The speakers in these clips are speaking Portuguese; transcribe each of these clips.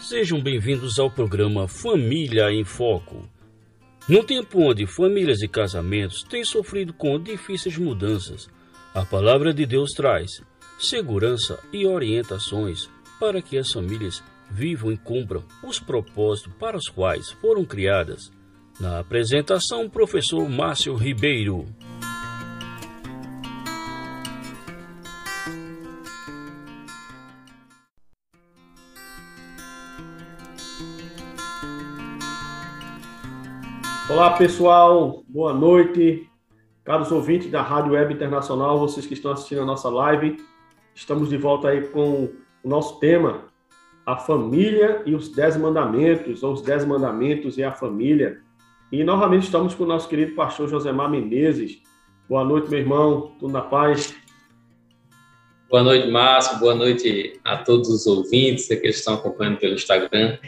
Sejam bem-vindos ao programa Família em Foco. Num tempo onde famílias e casamentos têm sofrido com difíceis mudanças, a palavra de Deus traz segurança e orientações para que as famílias vivam e cumpram os propósitos para os quais foram criadas. Na apresentação, o professor Márcio Ribeiro. Olá pessoal, boa noite, caros ouvintes da Rádio Web Internacional, vocês que estão assistindo a nossa live, estamos de volta aí com o nosso tema, a família e os 10 mandamentos, ou os 10 mandamentos e a família. E novamente estamos com o nosso querido pastor Josemar Menezes. Boa noite, meu irmão, tudo na paz? Boa noite, Márcio, boa noite a todos os ouvintes que estão acompanhando pelo Instagram.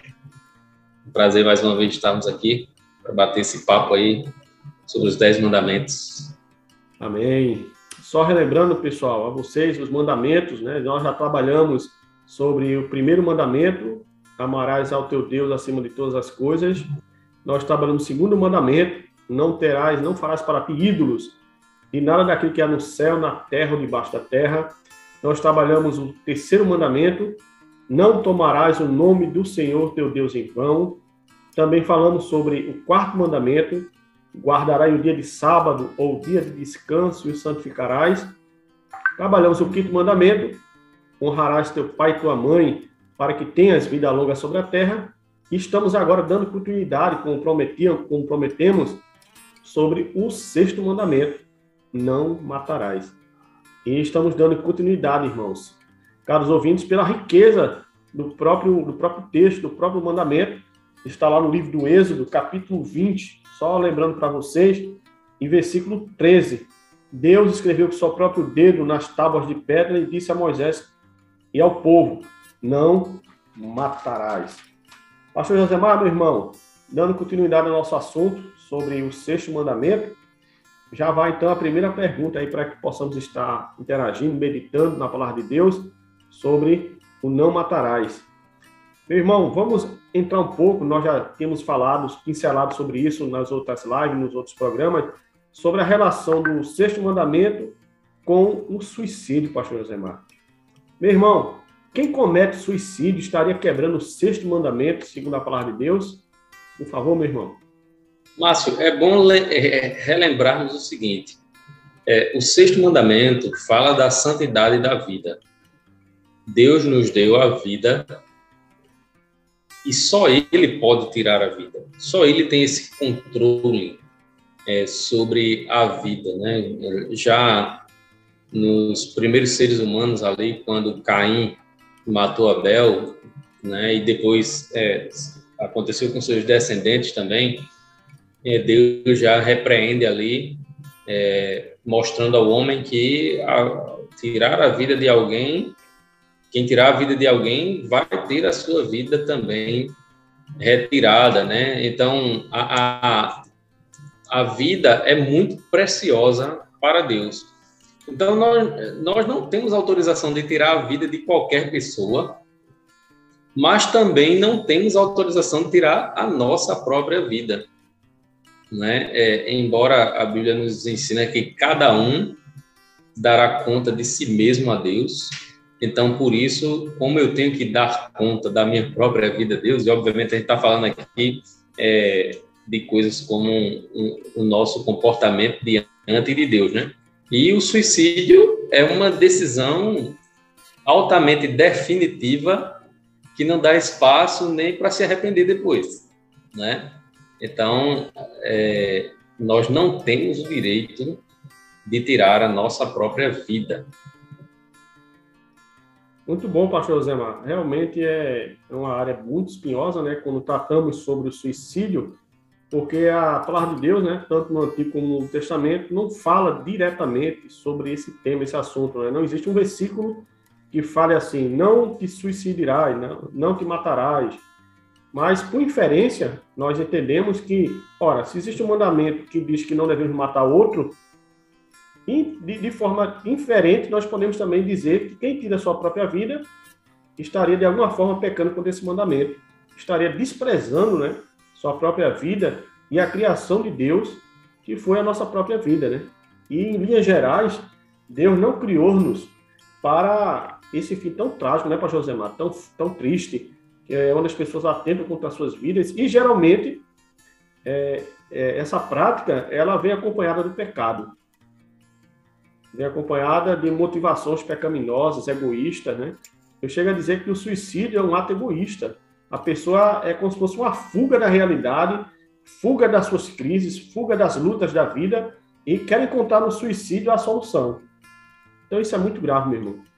Um prazer mais uma vez estarmos aqui para bater esse papo aí sobre os 10 mandamentos. Amém. Só relembrando, pessoal, a vocês os mandamentos, né? Nós já trabalhamos sobre o primeiro mandamento, amarás ao teu Deus acima de todas as coisas. Nós trabalhamos o segundo mandamento, não farás para ti ídolos, e nada daquilo que há no céu, na terra ou debaixo da terra. Nós trabalhamos o terceiro mandamento, não tomarás o nome do Senhor teu Deus em vão. Também falamos sobre o quarto mandamento, guardarás o dia de sábado ou o dia de descanso e o santificarás. Trabalhamos o quinto mandamento, honrarás teu pai e tua mãe para que tenhas vida longa sobre a terra. E estamos agora dando continuidade, como prometemos, sobre o sexto mandamento, não matarás. E estamos dando continuidade, irmãos, caros ouvintes, pela riqueza do próprio texto, do próprio mandamento. Está lá no livro do Êxodo, capítulo 20, só lembrando para vocês, em versículo 13. Deus escreveu com seu próprio dedo nas tábuas de pedra e disse a Moisés e ao povo, não matarás. Pastor Josemar, meu irmão, dando continuidade ao nosso assunto sobre o sexto mandamento, já vai então a primeira pergunta aí para que possamos estar interagindo, meditando na palavra de Deus sobre o não matarás. Meu irmão, vamos entrar um pouco, nós já temos pincelado sobre isso nas outras lives, nos outros programas, sobre a relação do sexto mandamento com o suicídio, pastor Josemar. Meu irmão, quem comete suicídio estaria quebrando o sexto mandamento, segundo a palavra de Deus? Por favor, meu irmão. Márcio, é bom relembrarmos o seguinte, o sexto mandamento fala da santidade da vida. Deus nos deu a vida e só Ele pode tirar a vida. Só Ele tem esse controle sobre a vida, né? Já nos primeiros seres humanos ali, quando Caim matou Abel, né? E depois aconteceu com seus descendentes também, Deus já repreende ali, mostrando ao homem que tirar a vida de alguém, quem tirar a vida de alguém vai ter a sua vida também retirada, né? Então, a vida é muito preciosa para Deus. Então, nós não temos autorização de tirar a vida de qualquer pessoa, mas também não temos autorização de tirar a nossa própria vida, né? Embora a Bíblia nos ensina que cada um dará conta de si mesmo a Deus. Então, por isso, como eu tenho que dar conta da minha própria vida a Deus, e obviamente a gente está falando aqui de coisas como o nosso comportamento diante de Deus, né? E o suicídio é uma decisão altamente definitiva que não dá espaço nem para se arrepender depois, né? Então, nós não temos o direito de tirar a nossa própria vida. Muito bom, pastor Josemar. Realmente é uma área muito espinhosa, né, quando tratamos sobre o suicídio, porque a palavra de Deus, né, tanto no Antigo como no Novo Testamento, não fala diretamente sobre esse tema, esse assunto, né? Não existe um versículo que fale assim, não te suicidarás, não te matarás. Mas, por inferência, nós entendemos que, ora, se existe um mandamento que diz que não devemos matar outro, de forma inferente, nós podemos também dizer que quem tira a sua própria vida estaria, de alguma forma, pecando contra esse mandamento. estaria desprezando, né, sua própria vida e a criação de Deus, que foi a nossa própria vida, né? E, em linhas gerais, Deus não criou-nos para esse fim tão trágico, né, pastor Josemar? Tão triste, que é onde as pessoas atentam contra as suas vidas, e geralmente essa prática ela vem acompanhada do pecado, vem acompanhada de motivações pecaminosas, egoístas, né? Eu chego a dizer que o suicídio é um ato egoísta. A pessoa é como se fosse uma fuga da realidade, fuga das suas crises, fuga das lutas da vida, e quer encontrar no suicídio a solução. Então isso é muito grave, meu irmão.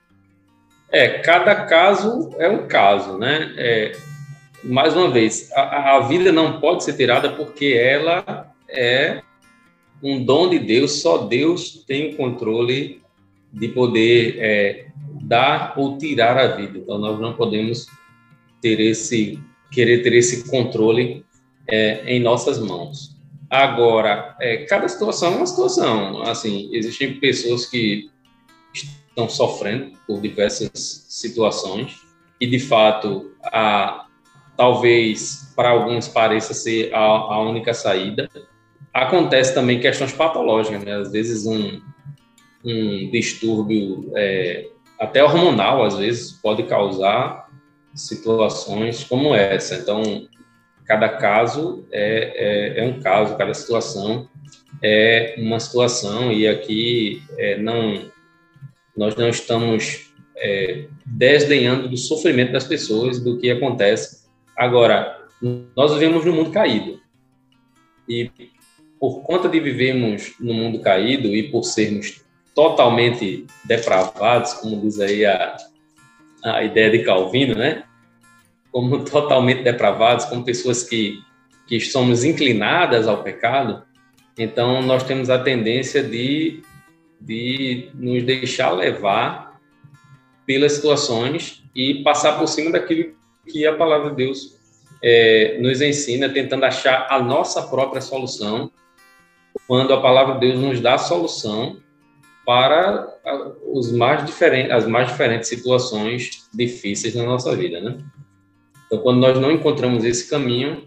Cada caso é um caso, né? Mais uma vez, a vida não pode ser tirada porque ela é um dom de Deus, só Deus tem o controle de poder dar ou tirar a vida. Então, nós não podemos querer ter esse controle em nossas mãos. Agora, cada situação é uma situação. Assim, existem pessoas que estão sofrendo por diversas situações e, de fato, talvez para alguns pareça ser a única saída. Acontece também questões patológicas, né? Às vezes um distúrbio até hormonal, às vezes, pode causar situações como essa. Então, cada caso é um caso, cada situação é uma situação, e aqui nós não estamos desdenhando do sofrimento das pessoas, do que acontece. Agora, nós vivemos num mundo caído, e por conta de vivermos no mundo caído e por sermos totalmente depravados, como diz aí a ideia de Calvino, né? Como totalmente depravados, como pessoas que somos inclinadas ao pecado, então nós temos a tendência de nos deixar levar pelas situações e passar por cima daquilo que a palavra de Deus nos ensina, tentando achar a nossa própria solução, quando a palavra de Deus nos dá a solução para as mais diferentes situações difíceis na nossa vida, né? Então, quando nós não encontramos esse caminho,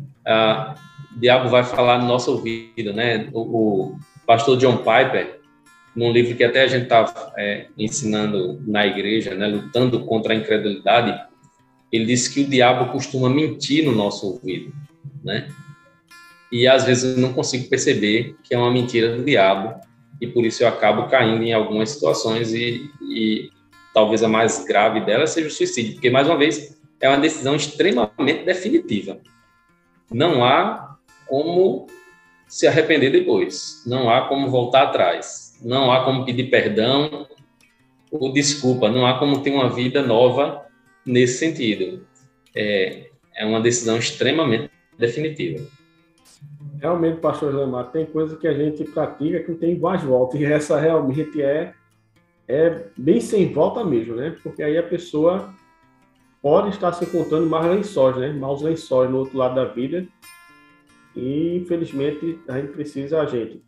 o diabo vai falar no nosso ouvido, né? O pastor John Piper, num livro que até a gente está ensinando na igreja, né, lutando contra a incredulidade, ele disse que o diabo costuma mentir no nosso ouvido, né? E às vezes eu não consigo perceber que é uma mentira do diabo, e por isso eu acabo caindo em algumas situações, e talvez a mais grave delas seja o suicídio, porque, mais uma vez, é uma decisão extremamente definitiva. Não há como se arrepender depois, não há como voltar atrás, não há como pedir perdão ou desculpa, não há como ter uma vida nova nesse sentido. É uma decisão extremamente definitiva. Realmente, pastor Josemar, tem coisa que a gente pratica que não tem mais volta, e essa realmente é bem sem volta mesmo, né? Porque aí a pessoa pode estar se encontrando maus lençóis no outro lado da vida, e infelizmente a gente precisa,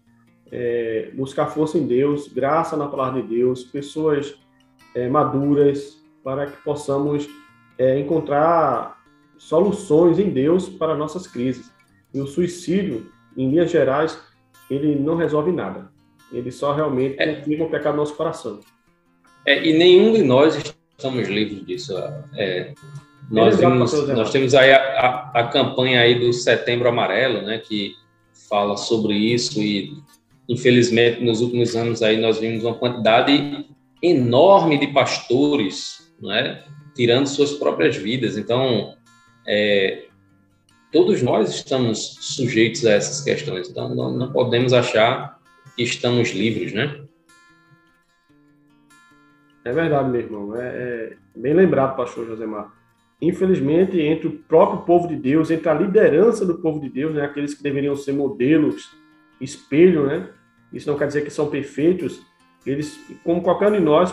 buscar força em Deus, graça na palavra de Deus, pessoas maduras, para que possamos encontrar soluções em Deus para nossas crises. E o suicídio, em linhas gerais, ele não resolve nada. Ele só realmente confirma o pecado do nosso coração. E nenhum de nós estamos livres disso. Nós temos aí a campanha aí do Setembro Amarelo, né, que fala sobre isso, e infelizmente nos últimos anos aí nós vimos uma quantidade enorme de pastores, né, tirando suas próprias vidas. Então, todos nós estamos sujeitos a essas questões, então não podemos achar que estamos livres, né? É verdade, meu irmão. Bem lembrado, pastor Josemar. Infelizmente, entre o próprio povo de Deus, entre a liderança do povo de Deus, né, aqueles que deveriam ser modelos, espelho, né? Isso não quer dizer que são perfeitos. Eles, como qualquer um de nós,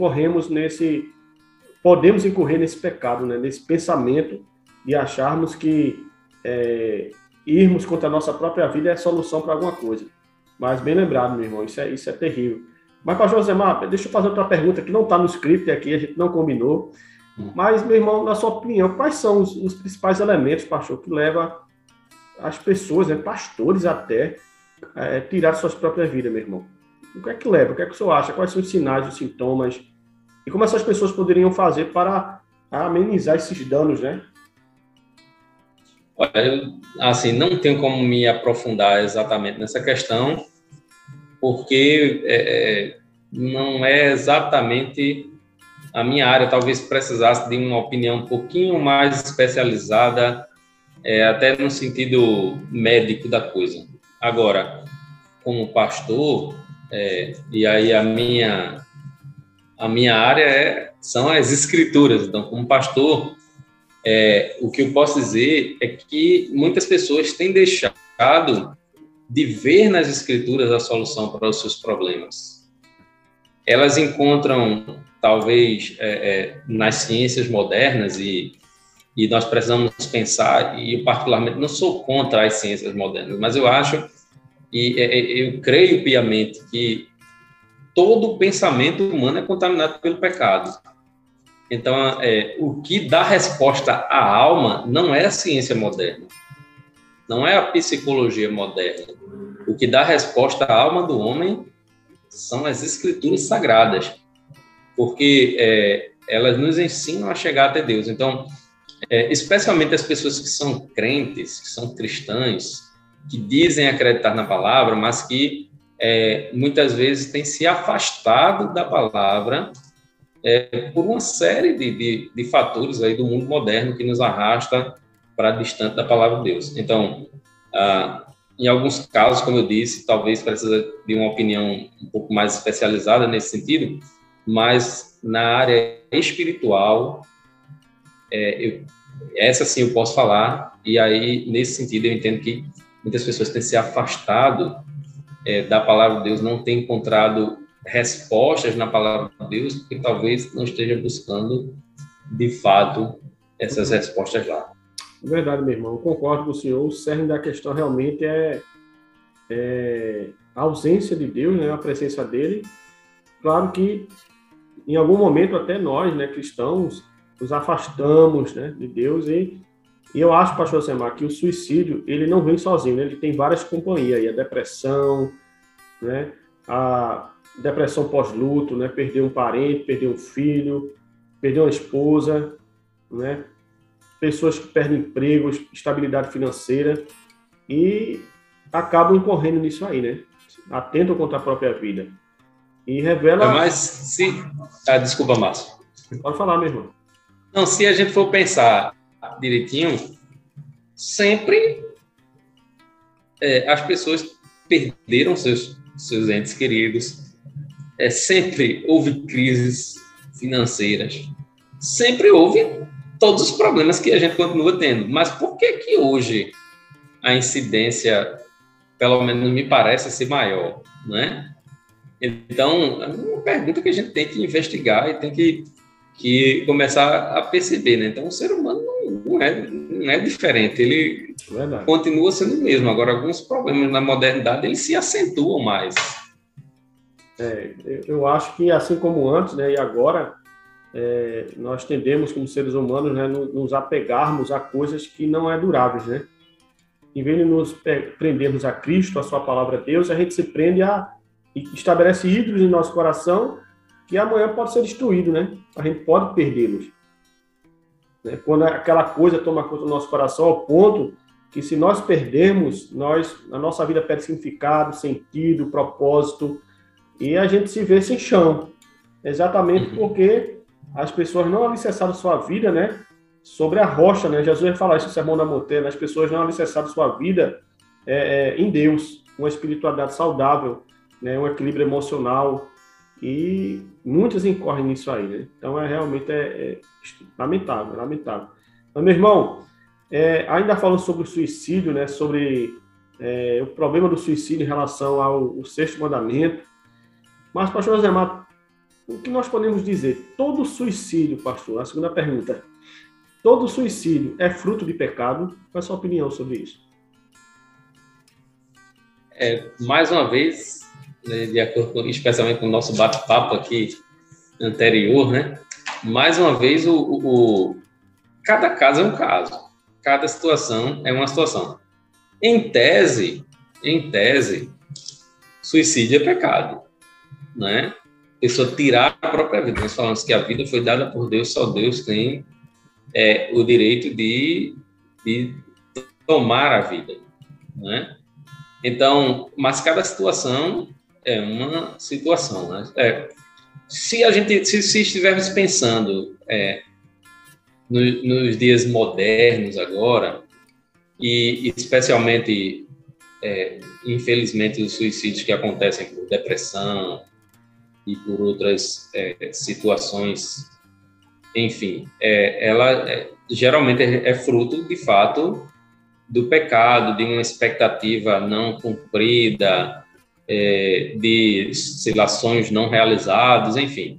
podemos incorrer nesse pecado, né? Nesse pensamento de acharmos que irmos contra a nossa própria vida é a solução para alguma coisa. Mas bem lembrado, meu irmão, isso é terrível. Mas, pastor Josemar, deixa eu fazer outra pergunta que não está no script aqui, a gente não combinou. Mas, meu irmão, na sua opinião, quais são os principais elementos, pastor, que levam as pessoas, né, pastores até, tirar suas próprias vidas, meu irmão? O que é que leva? O que é que o senhor acha? Quais são os sinais, os sintomas? E como essas pessoas poderiam fazer para amenizar esses danos, né? Olha, eu, assim, não tenho como me aprofundar exatamente nessa questão, porque não é exatamente a minha área. Talvez precisasse de uma opinião um pouquinho mais especializada, até no sentido médico da coisa. Agora, como pastor, e aí a minha área são as escrituras. Então, como pastor, o que eu posso dizer é que muitas pessoas têm deixado de ver nas escrituras a solução para os seus problemas. Elas encontram, talvez, nas ciências modernas, e nós precisamos pensar, e eu particularmente não sou contra as ciências modernas, mas eu acho, e eu creio piamente que todo o pensamento humano é contaminado pelo pecado. Então, o que dá resposta à alma não é a ciência moderna, não é a psicologia moderna. O que dá resposta à alma do homem são as escrituras sagradas, porque elas nos ensinam a chegar até Deus. Então, especialmente as pessoas que são crentes, que são cristãs, que dizem acreditar na palavra, mas que muitas vezes têm se afastado da palavra por uma série de fatores aí do mundo moderno que nos arrasta para distante da palavra de Deus. Então, em alguns casos, como eu disse, talvez precisa de uma opinião um pouco mais especializada nesse sentido, mas na área espiritual, essa sim eu posso falar, e aí, nesse sentido, eu entendo que muitas pessoas têm se afastado da palavra de Deus, não têm encontrado respostas na palavra de Deus, porque talvez não esteja buscando, de fato, essas respostas lá. Verdade, meu irmão. Eu concordo com o senhor. O cerne da questão realmente é a ausência de Deus, né? A presença dele. Claro que, em algum momento, até nós, né, cristãos, nos afastamos, né, de Deus. E eu acho, pastor Semar, que o suicídio, ele não vem sozinho, né? Ele tem várias companhias aí. A depressão, né? A depressão pós-luto, né? Perder um parente, perder um filho, perder uma esposa, né? Pessoas que perdem empregos, estabilidade financeira e acabam incorrendo nisso aí, né? Atentam contra a própria vida. E revela... Mas se... desculpa, Márcio. Pode falar, meu irmão. Não, se a gente for pensar direitinho, sempre as pessoas perderam seus entes queridos, sempre houve crises financeiras, sempre houve todos os problemas que a gente continua tendo. Mas por que hoje a incidência, pelo menos me parece ser maior, né? Então, é uma pergunta que a gente tem que investigar e tem que começar a perceber, né? Então, o ser humano não é diferente, ele continua sendo o mesmo. Agora, alguns problemas na modernidade, eles se acentuam mais. Eu acho que, assim como antes, né, e agora, nós tendemos, como seres humanos, né, nos apegarmos a coisas que não é duráveis, né? Em vez de nos prendermos a Cristo, a sua palavra de Deus, a gente se prende e estabelece ídolos em nosso coração que amanhã pode ser destruído, né? A gente pode perdê-los. Né? Quando aquela coisa toma conta do nosso coração ao ponto que, se nós perdermos, a nossa vida perde significado, sentido, propósito, e a gente se vê sem chão. Exatamente porque as pessoas não alicerçaram sua vida, né, sobre a rocha, né? Jesus vai falar isso no Sermão da Montanha, as pessoas não alicerçaram sua vida em Deus, uma espiritualidade saudável, né, um equilíbrio emocional, e muitas incorrem nisso aí, né? Então, realmente lamentável, lamentável. Mas, meu irmão, ainda falando sobre o suicídio, né, sobre o problema do suicídio em relação ao sexto mandamento, mas, pastor José Mato, o que nós podemos dizer? Todo suicídio, pastor, a segunda pergunta, todo suicídio é fruto de pecado? Qual é a sua opinião sobre isso? Mais uma vez, né, de acordo especialmente com o nosso bate-papo aqui anterior, né? mais uma vez, cada caso é um caso, cada situação é uma situação. Em tese, suicídio é pecado, né? A pessoa tirar a própria vida. Nós falamos que a vida foi dada por Deus, só Deus tem o direito de tomar a vida, né? Então, mas cada situação é uma situação, né? Se estivermos pensando nos dias modernos agora, e especialmente, infelizmente, os suicídios que acontecem por depressão e por outras situações, enfim, ela geralmente é fruto, de fato, do pecado, de uma expectativa não cumprida, de, sei lá, sonhos não realizados, enfim.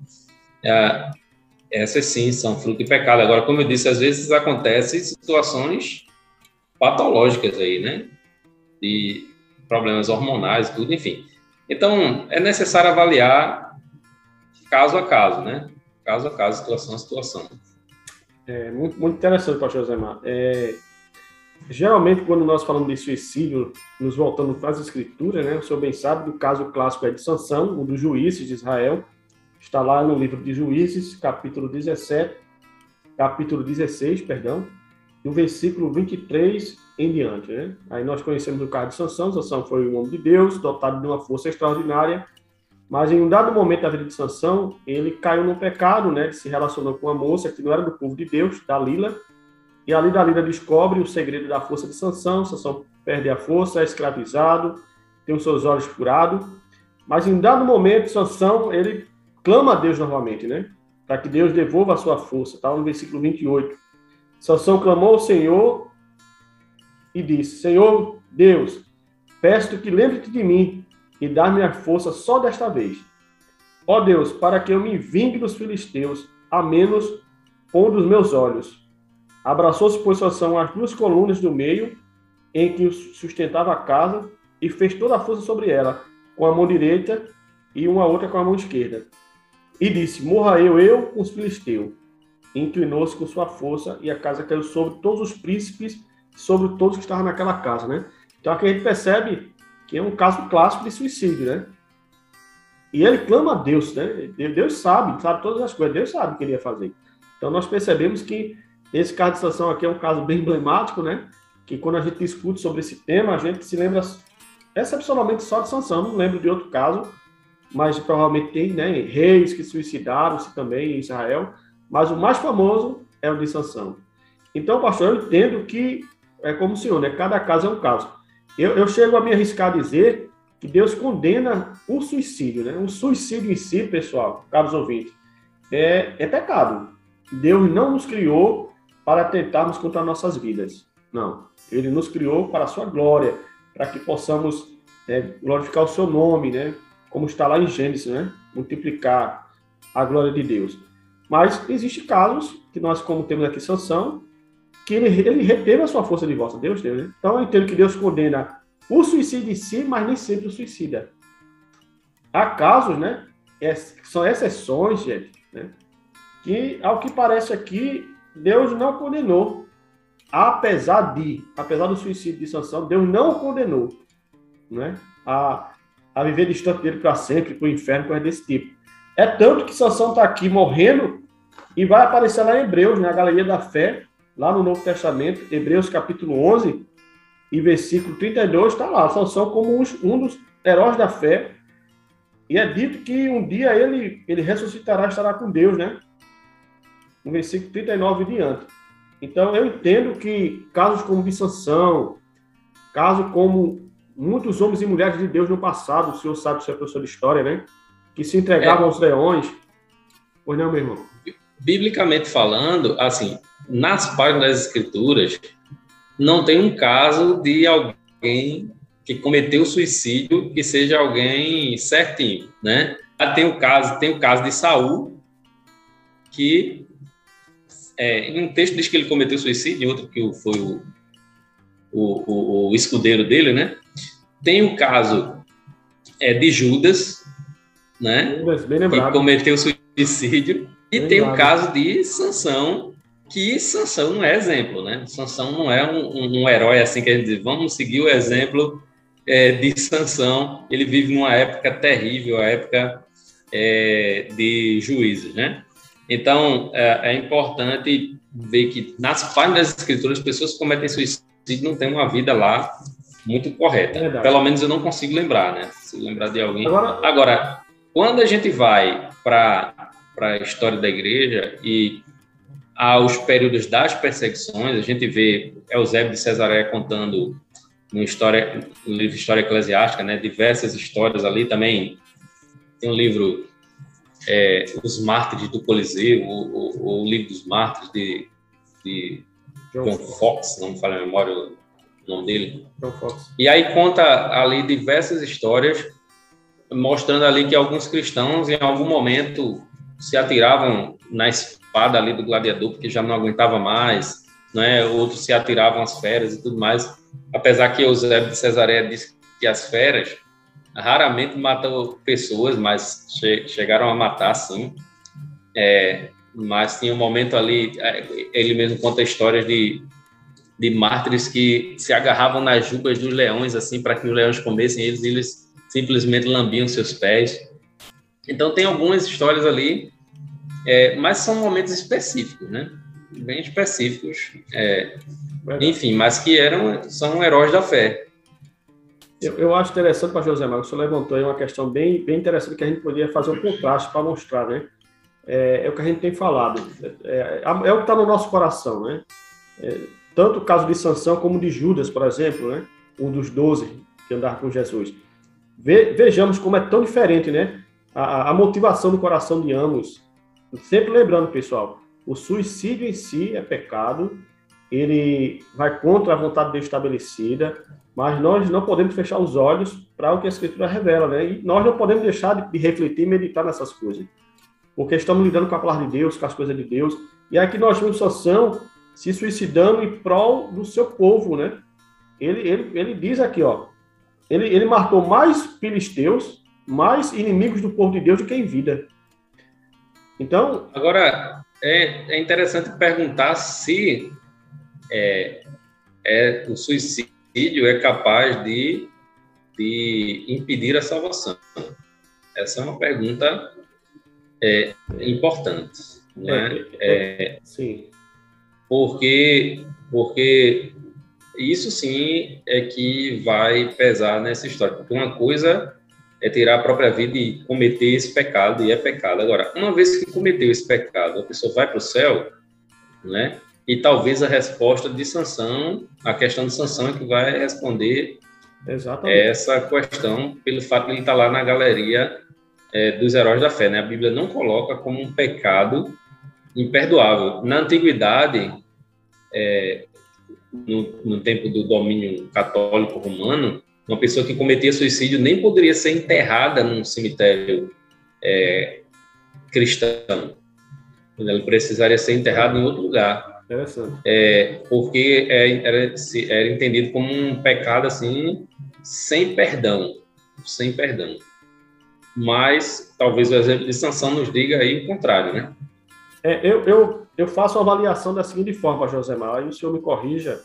Essas sim são fruto de pecado. Agora, como eu disse, às vezes acontecem situações patológicas aí, né? De problemas hormonais, tudo, enfim. Então, é necessário avaliar caso a caso, né? Caso a caso, situação a situação. Muito, muito interessante, pastor Zemar. Geralmente, quando nós falamos de suicídio, nos voltamos para as escrituras, né? O senhor bem sabe do caso clássico de Sansão, o dos juízes de Israel. Está lá no livro de Juízes, capítulo 16, do versículo 23 em diante, né? Aí nós conhecemos o caso de Sansão. Sansão foi um homem de Deus, dotado de uma força extraordinária, mas em um dado momento da vida de Sansão, ele caiu no pecado, né? Ele se relacionou com uma moça que não era do povo de Deus, Dalila, e ali Dalila descobre o segredo da força de Sansão. Sansão perde a força, é escravizado, tem os seus olhos furados, mas em um dado momento, Sansão, ele clama a Deus novamente, né? Para que Deus devolva a sua força. Está no versículo 28. Sansão clamou ao Senhor e disse: Senhor Deus, peço-te que lembre-te de mim e dá-me a força só desta vez. Ó Deus, para que eu me vingue dos filisteus, a menos com um dos meus olhos. Abraçou-se, pois, Sansão as duas colunas do meio, em que sustentava a casa, e fez toda a força sobre ela, com a mão direita e uma outra com a mão esquerda. E disse: morra eu com os filisteus. E inclinou-se com sua força, e a casa caiu sobre todos os príncipes, sobre todos que estavam naquela casa, né? Então aqui a gente percebe que é um caso clássico de suicídio, né? E ele clama a Deus, né? Deus sabe todas as coisas, Deus sabe o que ele ia fazer. Então nós percebemos que esse caso de Sansão aqui é um caso bem emblemático, né? Que quando a gente discute sobre esse tema, a gente se lembra excepcionalmente só de Sansão, não lembro de outro caso, mas provavelmente tem, né, reis que suicidaram-se também em Israel, mas o mais famoso é o de Sansão. Então, pastor, eu entendo que é como o senhor, né? Cada caso é um caso. Eu chego a me arriscar a dizer que Deus condena o suicídio, né? O suicídio em si, pessoal, caros ouvintes, é pecado. Deus não nos criou para tentarmos contra nossas vidas. Não. Ele nos criou para a sua glória, para que possamos glorificar o seu nome, né? Como está lá em Gênesis, né? Multiplicar a glória de Deus. Mas existem casos que nós, como temos aqui Sansão, que ele reteve a sua força de volta. Deus deu, né? Então eu entendo que Deus condena o suicídio em si, mas nem sempre o suicida. Há casos, né? São exceções, gente, né? Que, ao que parece aqui, Deus não condenou. Apesar do suicídio de Sansão, Deus não o condenou, né? A viver distante dele para sempre, para o inferno, coisa desse tipo. É tanto que Sansão está aqui morrendo e vai aparecer lá em Hebreus, na Galeria da Fé, lá no Novo Testamento, Hebreus capítulo 11, e versículo 32, está lá, Sansão como um dos heróis da fé, e é dito que um dia ele ressuscitará e estará com Deus, né? No versículo 39 e diante. Então, eu entendo que casos como de Sansão, casos como muitos homens e mulheres de Deus no passado, o senhor sabe, o senhor é professor de história, né? Que se entregavam aos leões. Pois não, meu irmão? Biblicamente falando, assim, nas páginas das Escrituras, não tem um caso de alguém que cometeu suicídio que seja alguém certinho, né? Tem o caso de Saul, que em um texto diz que ele cometeu suicídio, em outro que foi o escudeiro dele, né? Tem o caso de Judas, né? Bem lembrado. Que cometeu suicídio. suicídio. E tem o caso de Sansão, que Sansão não é exemplo, né? Sansão não é um herói assim que a gente diz, vamos seguir o exemplo de Sansão. Ele vive numa época terrível, a época de Juízes, né? Então, é importante ver que nas páginas das Escrituras, as pessoas que cometem suicídio não têm uma vida lá muito correta. Pelo menos eu não consigo lembrar, né? Se lembrar de alguém. Agora, quando a gente vai para a história da igreja e aos períodos das perseguições, a gente vê Eusébio de Cesareia contando no livro História Eclesiástica, né? Diversas histórias ali também. Tem um livro, Os Mártires do Coliseu, o livro dos Mártires de John Fox, não me falha a memória o nome dele. John Fox. E aí conta ali diversas histórias, mostrando ali que alguns cristãos, em algum momento, se atiravam na espada ali do gladiador, porque já não aguentava mais, né? Outros se atiravam às feras e tudo mais. Apesar que Eusébio de Cesareia disse que as feras raramente matam pessoas, mas chegaram a matar, sim. Mas tinha um momento ali, ele mesmo conta histórias de mártires que se agarravam nas jubas dos leões, assim, para que os leões comessem eles, e eles simplesmente lambiam seus pés. Então, tem algumas histórias ali, mas são momentos específicos, né? Bem específicos, enfim, mas que são heróis da fé. Eu acho interessante, pastor José Marcos, você levantou aí uma questão bem interessante que a gente poderia fazer um contraste para mostrar, né? É o que a gente tem falado, é o que está no nosso coração, né? Tanto o caso de Sansão como de Judas, por exemplo, né? Um dos 12 que andava com Jesus. Vejamos como é tão diferente, né? A motivação do coração de ambos. Sempre lembrando, pessoal, o suicídio em si é pecado, ele vai contra a vontade de Deus estabelecida, mas nós não podemos fechar os olhos para o que a Escritura revela, né? E nós não podemos deixar de refletir e meditar nessas coisas, porque estamos lidando com a palavra de Deus, com as coisas de Deus, e aqui nós vemos Sansão se suicidando em prol do seu povo, né? Ele diz aqui, ó, ele matou mais filisteus, mais inimigos do povo de Deus do que em vida. Então... Agora, é interessante perguntar se o suicídio é capaz de impedir a salvação. Essa é uma pergunta importante, né? Sim. Porque isso sim é que vai pesar nessa história. Porque uma coisa é tirar a própria vida e cometer esse pecado, e é pecado. Agora, uma vez que cometeu esse pecado, a pessoa vai para o céu, né? E talvez a resposta de Sansão, a questão de Sansão é que vai responder essa questão pelo fato de ele estar lá na galeria dos heróis da fé, né? A Bíblia não coloca como um pecado imperdoável. Na antiguidade, no tempo do domínio católico romano, uma pessoa que cometia suicídio nem poderia ser enterrada num cemitério cristão. Ele precisaria ser enterrado em outro lugar. Porque era entendido como um pecado assim, sem perdão. Mas talvez o exemplo de Sansão nos diga aí o contrário, né? Eu faço uma avaliação da seguinte forma, Josemar, aí o senhor me corrija.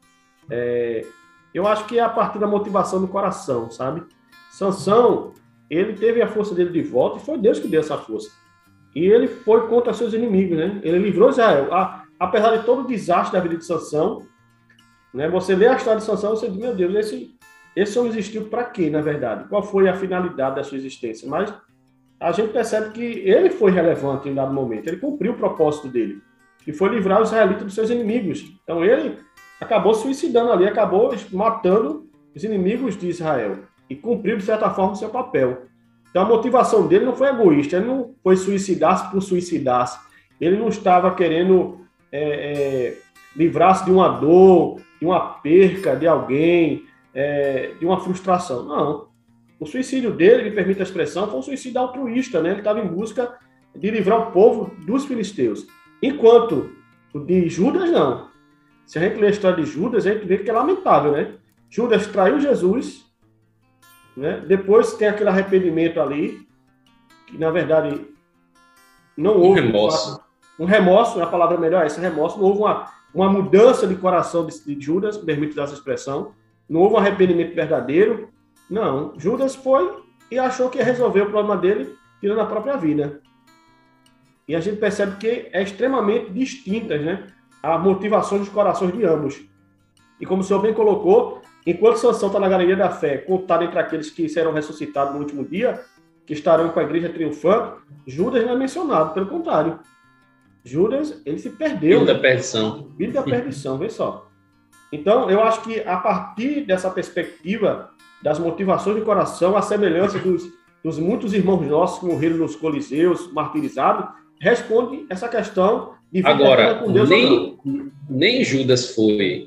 Eu acho que é a partir da motivação do coração, sabe? Sansão, ele teve a força dele de volta e foi Deus que deu essa força. E ele foi contra seus inimigos, né? Ele livrou Israel. Apesar de todo o desastre da vida de Sansão, né? Você lê a história de Sansão, você diz, meu Deus, esse homem existiu para quê, na verdade? Qual foi a finalidade da sua existência? Mas a gente percebe que ele foi relevante em dado momento. Ele cumpriu o propósito dele, que foi livrar os israelitas dos seus inimigos. Então ele acabou suicidando ali, acabou matando os inimigos de Israel e cumpriu, de certa forma, o seu papel. Então a motivação dele não foi egoísta, ele não foi suicidar-se por suicidar-se, ele não estava querendo livrar-se de uma dor, de uma perca de alguém, de uma frustração. Não. O suicídio dele, me permite a expressão, foi um suicídio altruísta, né? Ele estava em busca de livrar o povo dos filisteus. Enquanto o de Judas, não. Se a gente lê a história de Judas, a gente vê que é lamentável, né? Judas traiu Jesus, né? Depois tem aquele arrependimento ali, que na verdade não houve um remorso, a palavra melhor é esse, remorso, não houve uma mudança de coração de Judas, permite dar essa expressão, não houve um arrependimento verdadeiro, não, Judas foi e achou que ia resolver o problema dele tirando a própria vida. E a gente percebe que é extremamente distintas, né, as motivações dos corações de ambos. E como o senhor bem colocou, enquanto Sansão está na galeria da fé, contado entre aqueles que serão ressuscitados no último dia, que estarão com a igreja triunfante, Judas não é mencionado, pelo contrário. Judas, ele se perdeu. Filho da perdição. Filho da perdição, vê só. Então, eu acho que a partir dessa perspectiva das motivações de coração, a semelhança dos muitos irmãos nossos que morreram nos coliseus, martirizados, responde essa questão de vida agora com Deus. nem Judas foi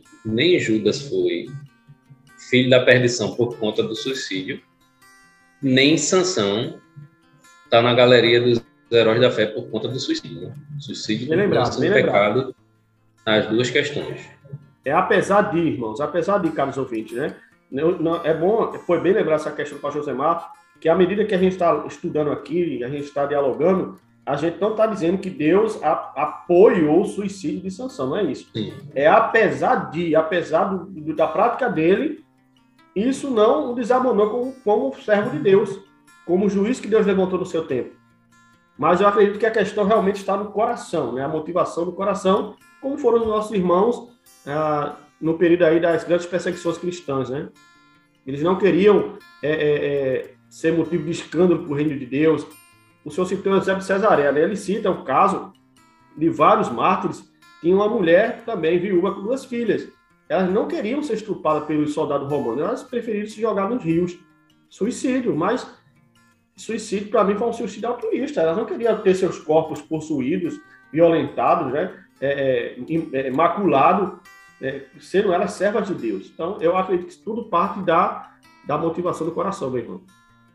filho da perdição por conta do suicídio, nem Sansão está na galeria dos heróis da fé por conta do suicídio. Né? Suicídio é um pecado nas duas questões. Apesar de, irmãos, caros ouvintes, né? É bom, foi bem lembrar essa questão do pastor Josemar, que à medida que a gente está estudando aqui, a gente está dialogando, a gente não está dizendo que Deus apoiou o suicídio de Sansão, não é isso. Sim. É apesar da prática dele, isso não o desabonou como servo de Deus, como juiz que Deus levantou no seu tempo. Mas eu acredito que a questão realmente está no coração, né? A motivação do coração, como foram os nossos irmãos no período aí das grandes perseguições cristãs, né? Eles não queriam ser motivo de escândalo para o reino de Deus. O senhor citou Eusébio de Cesareia, né? Ele cita o caso de vários mártires. Tinha uma mulher também viúva com 2 filhas. Elas não queriam ser estrupadas pelos soldados romanos, elas preferiram se jogar nos rios. Suicídio, mas suicídio para mim foi um suicídio altruísta. Elas não queriam ter seus corpos possuídos, violentados, né? Maculados, sendo elas servas de Deus. Então, eu acredito que tudo parte da motivação do coração, meu irmão.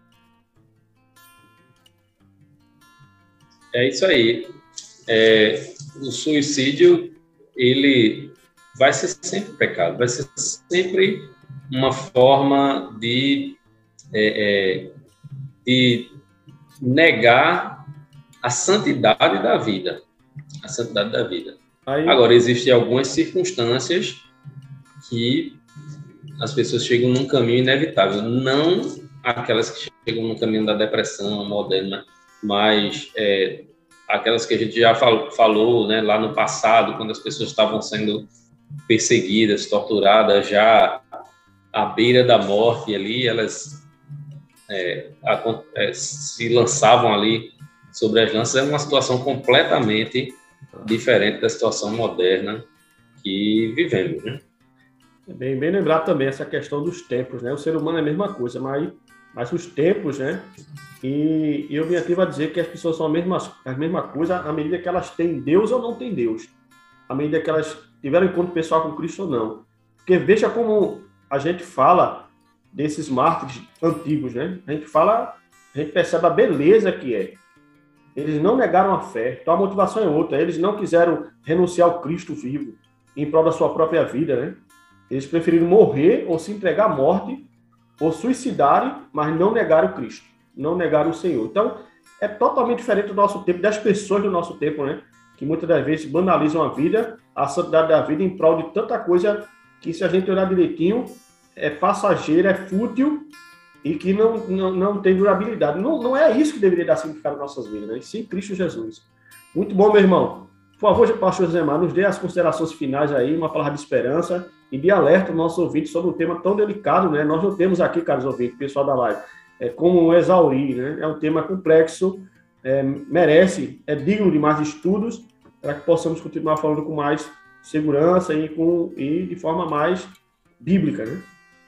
É isso aí. O suicídio, ele vai ser sempre pecado, vai ser sempre uma forma de negar a santidade da vida. A santidade da vida. Agora, existem algumas circunstâncias que as pessoas chegam num caminho inevitável. Não aquelas que chegam no caminho da depressão moderna, mas aquelas que a gente já falou, né, lá no passado, quando as pessoas estavam sendo perseguidas, torturadas, já à beira da morte ali, elas se lançavam ali sobre as lanças. É uma situação completamente diferente da situação moderna que vivemos, né? Bem lembrado também essa questão dos tempos, né? O ser humano é a mesma coisa, mas os tempos, né? E eu me ativo a dizer que as pessoas são a mesma coisa à medida que elas têm Deus ou não têm Deus. À medida que elas tiveram encontro pessoal com Cristo ou não. Porque veja como a gente fala desses mártires antigos, né? A gente percebe a beleza que é. Eles não negaram a fé, então a motivação é outra. Eles não quiseram renunciar ao Cristo vivo em prol da sua própria vida, né? Eles preferiram morrer ou se entregar à morte ou suicidarem, mas não negaram o Cristo, não negaram o Senhor. Então, é totalmente diferente do nosso tempo, das pessoas do nosso tempo, né? Que muitas das vezes banalizam a vida, a santidade da vida em prol de tanta coisa que, se a gente olhar direitinho, é passageira, é fútil e que não tem durabilidade. Não é isso que deveria dar significado às nossas vidas, né? Sim, Cristo Jesus. Muito bom, meu irmão. Por favor, pastor José Mar, nos dê as considerações finais aí, uma palavra de esperança e de alerta aos nossos ouvintes sobre um tema tão delicado, né? Nós não temos aqui, caros ouvintes, pessoal da live, como exaurir, né? É um tema complexo, merece, é digno de mais estudos, para que possamos continuar falando com mais segurança e de forma mais bíblica, né?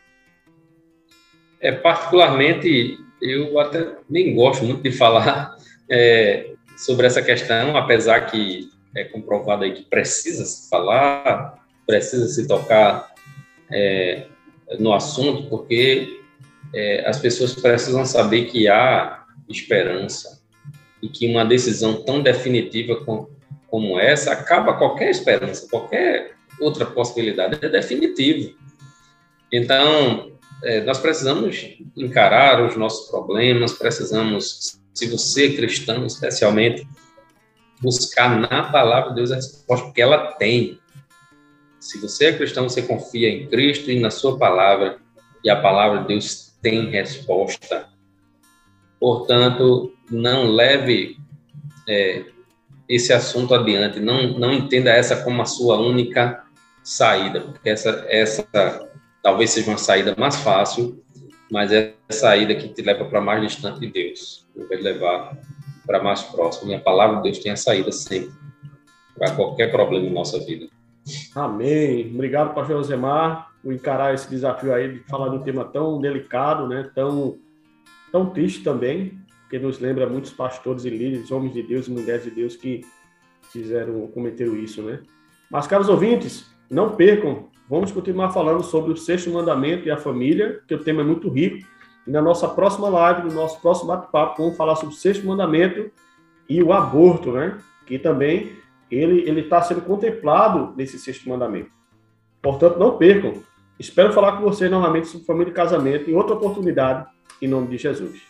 Particularmente, eu até nem gosto muito de falar sobre essa questão, apesar que é comprovado aí que precisa se falar, precisa se tocar no assunto, porque as pessoas precisam saber que há esperança e que uma decisão tão definitiva como essa acaba qualquer esperança, qualquer outra possibilidade, é definitivo. Então, nós precisamos encarar os nossos problemas, precisamos, se você é cristão especialmente, buscar na palavra de Deus a resposta, porque ela tem. Se você é cristão, você confia em Cristo e na sua palavra, e a palavra de Deus tem resposta. Portanto, não leve esse assunto adiante, não entenda essa como a sua única saída, porque essa talvez seja uma saída mais fácil, mas é a saída que te leva para mais distante de Deus, vai levar para mais próximo. E a palavra de Deus tem a saída sempre, para qualquer problema em nossa vida. Amém. Obrigado, pastor Josemar, por encarar esse desafio aí de falar de um tema tão delicado, né? Tão triste também, que nos lembra muitos pastores e líderes, homens de Deus e mulheres de Deus que cometeram isso, né? Mas, caros ouvintes, não percam, vamos continuar falando sobre o 6º mandamento e a família, que o tema é muito rico. E na nossa próxima live, no nosso próximo bate-papo, vamos falar sobre o 6º mandamento e o aborto, né? Que também ele está sendo contemplado nesse 6º mandamento. Portanto, não percam. Espero falar com vocês novamente sobre família e casamento em outra oportunidade, em nome de Jesus.